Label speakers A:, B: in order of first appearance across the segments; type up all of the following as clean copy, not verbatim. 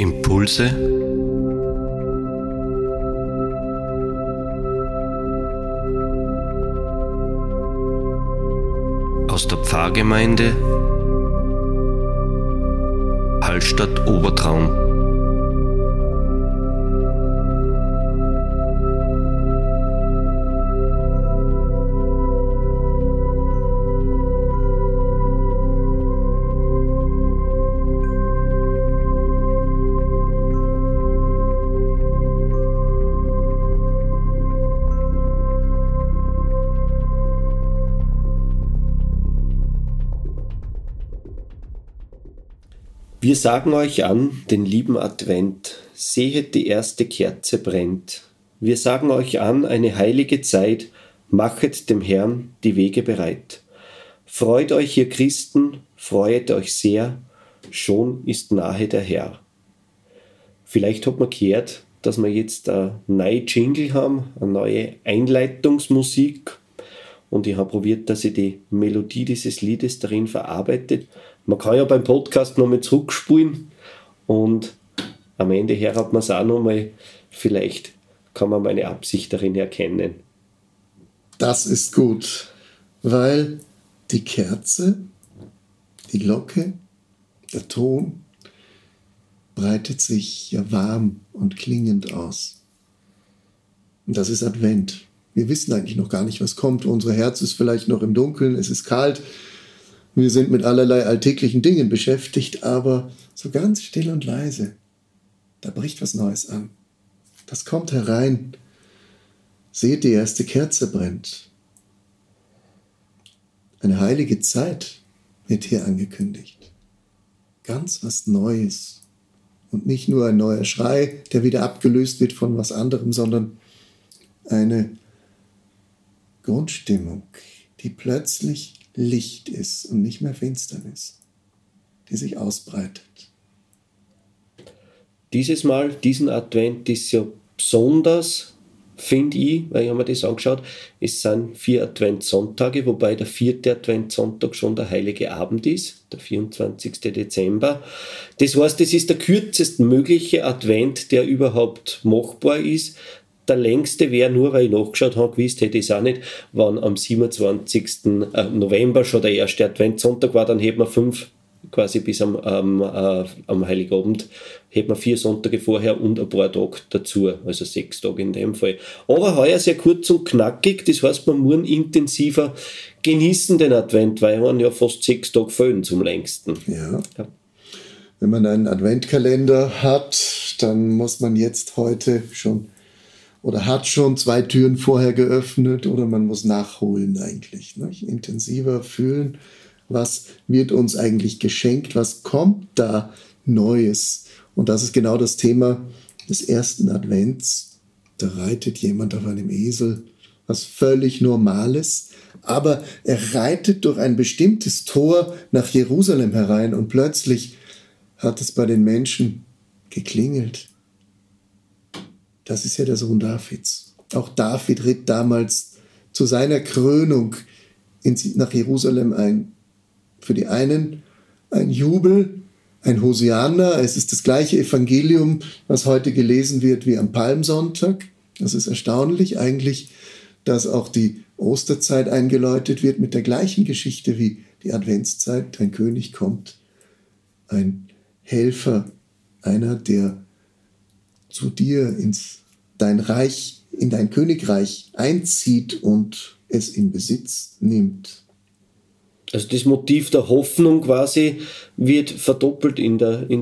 A: Impulse aus der Pfarrgemeinde Hallstatt Obertraum. Wir sagen euch an, den lieben Advent, sehet, die erste Kerze brennt. Wir sagen euch an, eine heilige Zeit, machet dem Herrn die Wege bereit. Freut euch, ihr Christen, freuet euch sehr, schon ist nahe der Herr. Vielleicht hat man gehört, dass wir jetzt eine neue Jingle haben, eine neue Einleitungsmusik. Und ich habe probiert, dass ich die Melodie dieses Liedes darin verarbeitet. Man kann ja beim Podcast nochmal zurückspulen und am Ende her hat man es auch nochmal, vielleicht kann man meine Absicht darin erkennen.
B: Das ist gut, weil die Kerze, die Glocke, der Ton breitet sich ja warm und klingend aus. Und das ist Advent. Wir wissen eigentlich noch gar nicht, was kommt. Unser Herz ist vielleicht noch im Dunkeln, es ist kalt. Wir sind mit allerlei alltäglichen Dingen beschäftigt, aber so ganz still und leise, da bricht was Neues an. Das kommt herein. Seht, die erste Kerze brennt. Eine heilige Zeit wird hier angekündigt. Ganz was Neues. Und nicht nur ein neuer Schrei, der wieder abgelöst wird von was anderem, sondern eine Grundstimmung, die plötzlich Licht ist und nicht mehr Finsternis, die sich ausbreitet.
A: Dieses Mal, diesen Advent ist ja besonders, finde ich, weil ich habe mir das angeschaut, es sind 4 Adventssonntage, wobei der 4. Adventssonntag schon der Heilige Abend ist, der 24. Dezember. Das heißt, es ist der kürzestmögliche Advent, der überhaupt machbar ist. Der längste wäre nur, weil ich nachgeschaut habe, gewusst hätte ich es auch nicht, wann am 27. November schon der erste Adventssonntag war, dann hätten wir 5, quasi bis am Heiligabend, hätten wir 4 Sonntage vorher und ein paar Tage dazu, also 6 Tage in dem Fall. Aber heuer sehr kurz und knackig, das heißt, man muss intensiver genießen den Advent, weil man ja fast 6 Tage fehlen zum längsten.
B: Ja. Wenn man einen Adventkalender hat, dann muss man jetzt heute schon oder hat schon 2 Türen vorher geöffnet oder man muss nachholen eigentlich. Nicht? Intensiver fühlen, was wird uns eigentlich geschenkt, was kommt da Neues. Und das ist genau das Thema des ersten Advents. Da reitet jemand auf einem Esel, was völlig Normales, aber er reitet durch ein bestimmtes Tor nach Jerusalem herein und plötzlich hat es bei den Menschen geklingelt. Das ist ja der Sohn Davids. Auch David ritt damals zu seiner Krönung nach Jerusalem ein. Für die einen ein Jubel, ein Hosianna. Es ist das gleiche Evangelium, was heute gelesen wird wie am Palmsonntag. Das ist erstaunlich eigentlich, dass auch die Osterzeit eingeläutet wird mit der gleichen Geschichte wie die Adventszeit. Ein König kommt, ein Helfer, einer, der zu dir in dein Reich, in dein Königreich einzieht und es in Besitz nimmt.
A: Also das Motiv der Hoffnung quasi wird verdoppelt im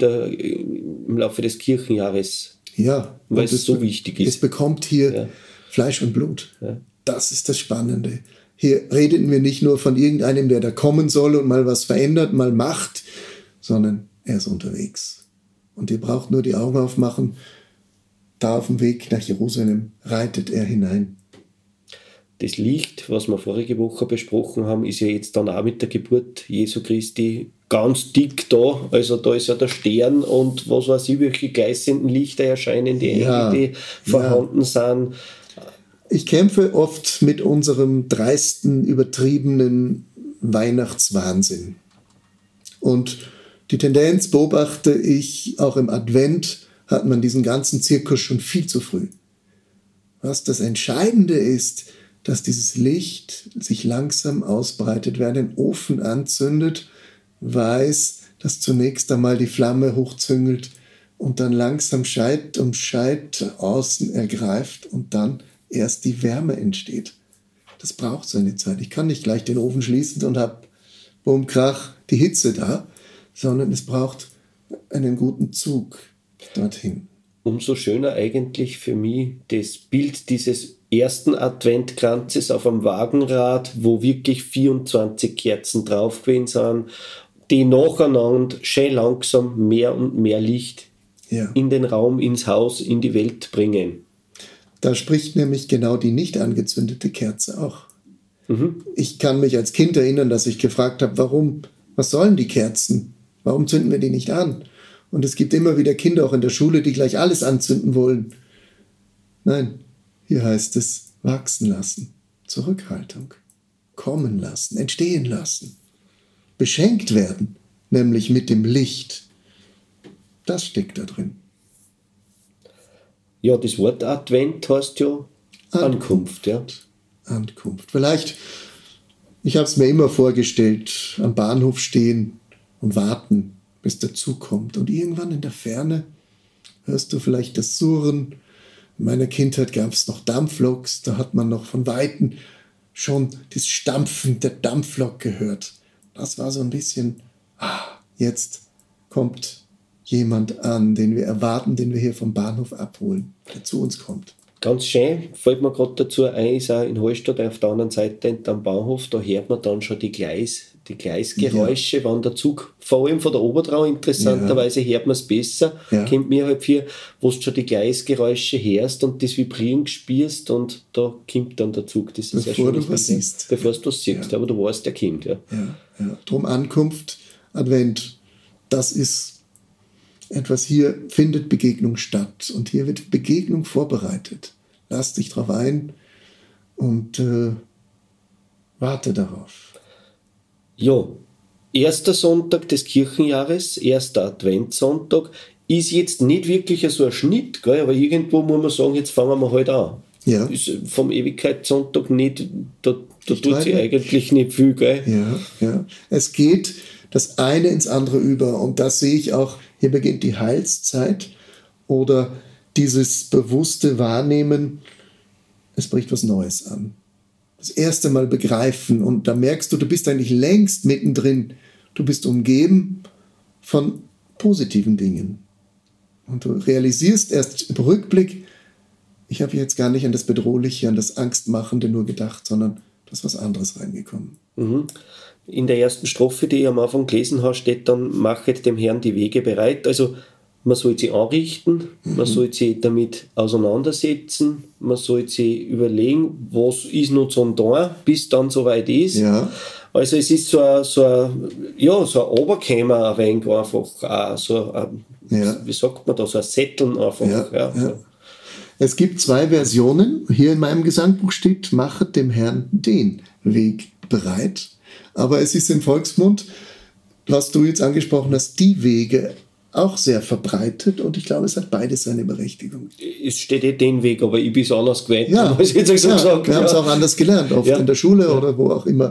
A: Laufe des Kirchenjahres,
B: ja,
A: weil es so wichtig ist.
B: Es bekommt hier Fleisch und Blut. Ja. Das ist das Spannende. Hier reden wir nicht nur von irgendeinem, der da kommen soll und mal was verändert, mal macht, sondern er ist unterwegs. Und ihr braucht nur die Augen aufmachen. Da auf dem Weg nach Jerusalem reitet er hinein.
A: Das Licht, was wir vorige Woche besprochen haben, ist ja jetzt dann auch mit der Geburt Jesu Christi ganz dick da. Also da ist ja der Stern und was weiß ich, welche gleißenden Lichter erscheinen, die Engel, die vorhanden sind.
B: Ich kämpfe oft mit unserem dreisten, übertriebenen Weihnachtswahnsinn. Und Die Tendenz beobachte ich auch im Advent, hat man diesen ganzen Zirkus schon viel zu früh. Was das Entscheidende ist, dass dieses Licht sich langsam ausbreitet. Wer den Ofen anzündet, weiß, dass zunächst einmal die Flamme hochzüngelt und dann langsam Scheit um Scheit außen ergreift und dann erst die Wärme entsteht. Das braucht seine Zeit. Ich kann nicht gleich den Ofen schließen und habe, bumm, krach, die Hitze da, sondern es braucht einen guten Zug dorthin.
A: Umso schöner eigentlich für mich das Bild dieses ersten Adventkranzes auf einem Wagenrad, wo wirklich 24 Kerzen drauf gewesen sind, die nacheinander schön langsam mehr und mehr Licht in den Raum, ins Haus, in die Welt bringen.
B: Da spricht nämlich genau die nicht angezündete Kerze auch. Ich kann mich als Kind erinnern, dass ich gefragt habe, warum, was sollen die Kerzen? Warum zünden wir die nicht an? Und es gibt immer wieder Kinder auch in der Schule, die gleich alles anzünden wollen. Nein, hier heißt es wachsen lassen, Zurückhaltung, kommen lassen, entstehen lassen, beschenkt werden, nämlich mit dem Licht. Das steckt da drin.
A: Ja, das Wort Advent heißt ja Ankunft. Ja.
B: Ankunft. Vielleicht, ich habe es mir immer vorgestellt, am Bahnhof stehen und warten, bis der Zug kommt. Und irgendwann in der Ferne hörst du vielleicht das Surren. In meiner Kindheit gab es noch Dampfloks, da hat man noch von Weitem schon das Stampfen der Dampflok gehört. Das war so ein bisschen, jetzt kommt jemand an, den wir erwarten, den wir hier vom Bahnhof abholen, der zu uns kommt.
A: Ganz schön, fällt mir gerade dazu ein, ist auch in Hallstatt auf der anderen Seite am Bahnhof, da hört man dann schon die Gleisgeräusche, wenn der Zug, vor allem von der Obertrau interessanterweise, hört man es besser, kennt mir halt viel, wo du schon die Gleisgeräusche hörst und das Vibrieren spürst und da kommt dann der Zug. Das ist
B: bevor du was siehst.
A: Bevor du was siehst, aber du weißt, der kommt. Ja.
B: Drum Ankunft, Advent, das ist etwas, hier findet Begegnung statt und hier wird Begegnung vorbereitet. Lass dich drauf ein und warte darauf.
A: Ja, erster Sonntag des Kirchenjahres, erster Adventssonntag, ist jetzt nicht wirklich so ein Schnitt, gell? Aber irgendwo muss man sagen, jetzt fangen wir halt an.
B: Ja.
A: Ist vom Ewigkeitssonntag nicht, da tut sich eigentlich nicht viel. Gell?
B: Ja. Es geht das eine ins andere über und das sehe ich auch, hier beginnt die Heilszeit oder dieses bewusste Wahrnehmen, es bricht was Neues an. Das erste Mal begreifen und da merkst du, du bist eigentlich längst mittendrin. Du bist umgeben von positiven Dingen. Und du realisierst erst im Rückblick, ich habe jetzt gar nicht an das Bedrohliche, an das Angstmachende nur gedacht, sondern da ist was anderes reingekommen.
A: In der ersten Strophe, die ich am Anfang gelesen habe, steht dann, machet dem Herrn die Wege bereit. Also man soll sie anrichten, man soll sie damit auseinandersetzen, man soll sie überlegen, was ist noch zum da, bis dann soweit ist.
B: Ja.
A: Also es ist so ein Oberkämmer ein wenig einfach, wie sagt man da, so ein Sätteln einfach.
B: Ja. Es gibt zwei Versionen. Hier in meinem Gesangbuch steht, machet dem Herrn den Weg bereit. Aber es ist im Volksmund, was du jetzt angesprochen hast, die Wege auch sehr verbreitet und ich glaube, es hat beides seine Berechtigung.
A: Es steht den Weg, aber ich bin es anders gewählt.
B: Wir haben es auch anders gelernt, oft in der Schule oder wo auch immer.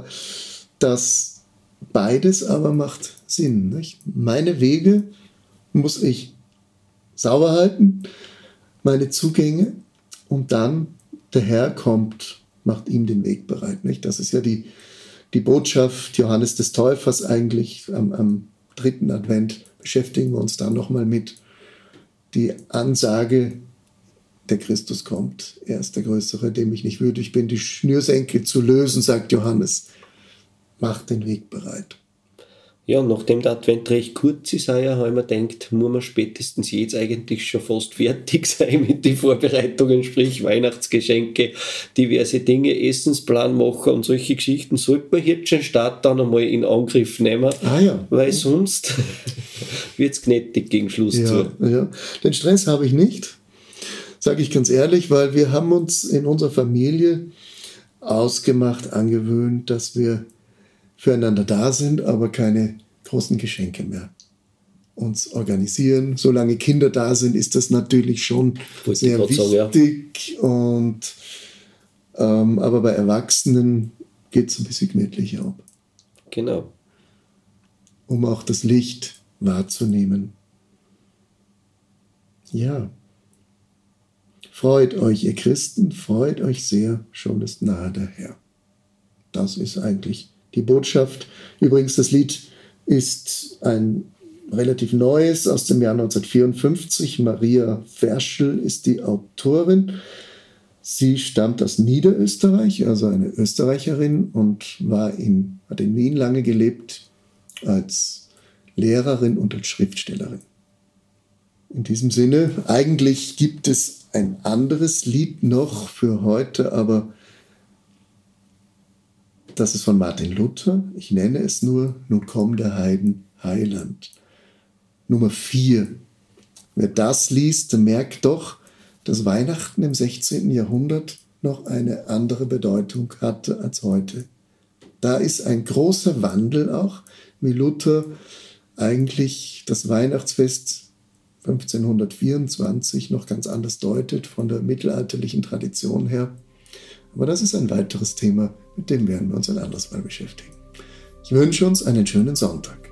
B: Das beides aber macht Sinn. Nicht? Meine Wege muss ich sauber halten, meine Zugänge und dann der Herr kommt, macht ihm den Weg bereit. Nicht? Das ist ja die Botschaft Johannes des Täufers eigentlich am 3. Advent. Beschäftigen wir uns da nochmal mit. Die Ansage, der Christus kommt. Er ist der Größere, dem ich nicht würdig bin, die Schnürsenkel zu lösen, sagt Johannes. Macht den Weg bereit.
A: Ja, nachdem der Advent recht kurz ist, habe ich mir gedacht, muss man spätestens jetzt eigentlich schon fast fertig sein mit den Vorbereitungen, sprich Weihnachtsgeschenke, diverse Dinge, Essensplan machen und solche Geschichten. Sollte man jetzt schon Start dann einmal in Angriff nehmen, weil sonst wird es gnädig gegen Schluss zu.
B: Ja. Den Stress habe ich nicht, sage ich ganz ehrlich, weil wir haben uns in unserer Familie ausgemacht, angewöhnt, dass wir füreinander da sind, aber keine großen Geschenke mehr uns organisieren. Solange Kinder da sind, ist das natürlich schon sehr wichtig. Und, aber bei Erwachsenen geht es ein bisschen gemütlicher ab.
A: Genau.
B: Um auch das Licht wahrzunehmen. Ja. Freut euch, ihr Christen, freut euch sehr, schon ist nahe der Herr. Das ist eigentlich die Botschaft. Übrigens, das Lied ist ein relativ neues aus dem Jahr 1954. Maria Ferschl ist die Autorin. Sie stammt aus Niederösterreich, also eine Österreicherin, und hat in Wien lange gelebt als Lehrerin und als Schriftstellerin. In diesem Sinne, eigentlich gibt es ein anderes Lied noch für heute, aber das ist von Martin Luther. Ich nenne es nur Nun komm der Heiden Heiland. Nummer 4. Wer das liest, der merkt doch, dass Weihnachten im 16. Jahrhundert noch eine andere Bedeutung hatte als heute. Da ist ein großer Wandel auch, wie Luther eigentlich das Weihnachtsfest 1524 noch ganz anders deutet, von der mittelalterlichen Tradition her. Aber das ist ein weiteres Thema, mit dem werden wir uns ein anderes Mal beschäftigen. Ich wünsche uns einen schönen Sonntag.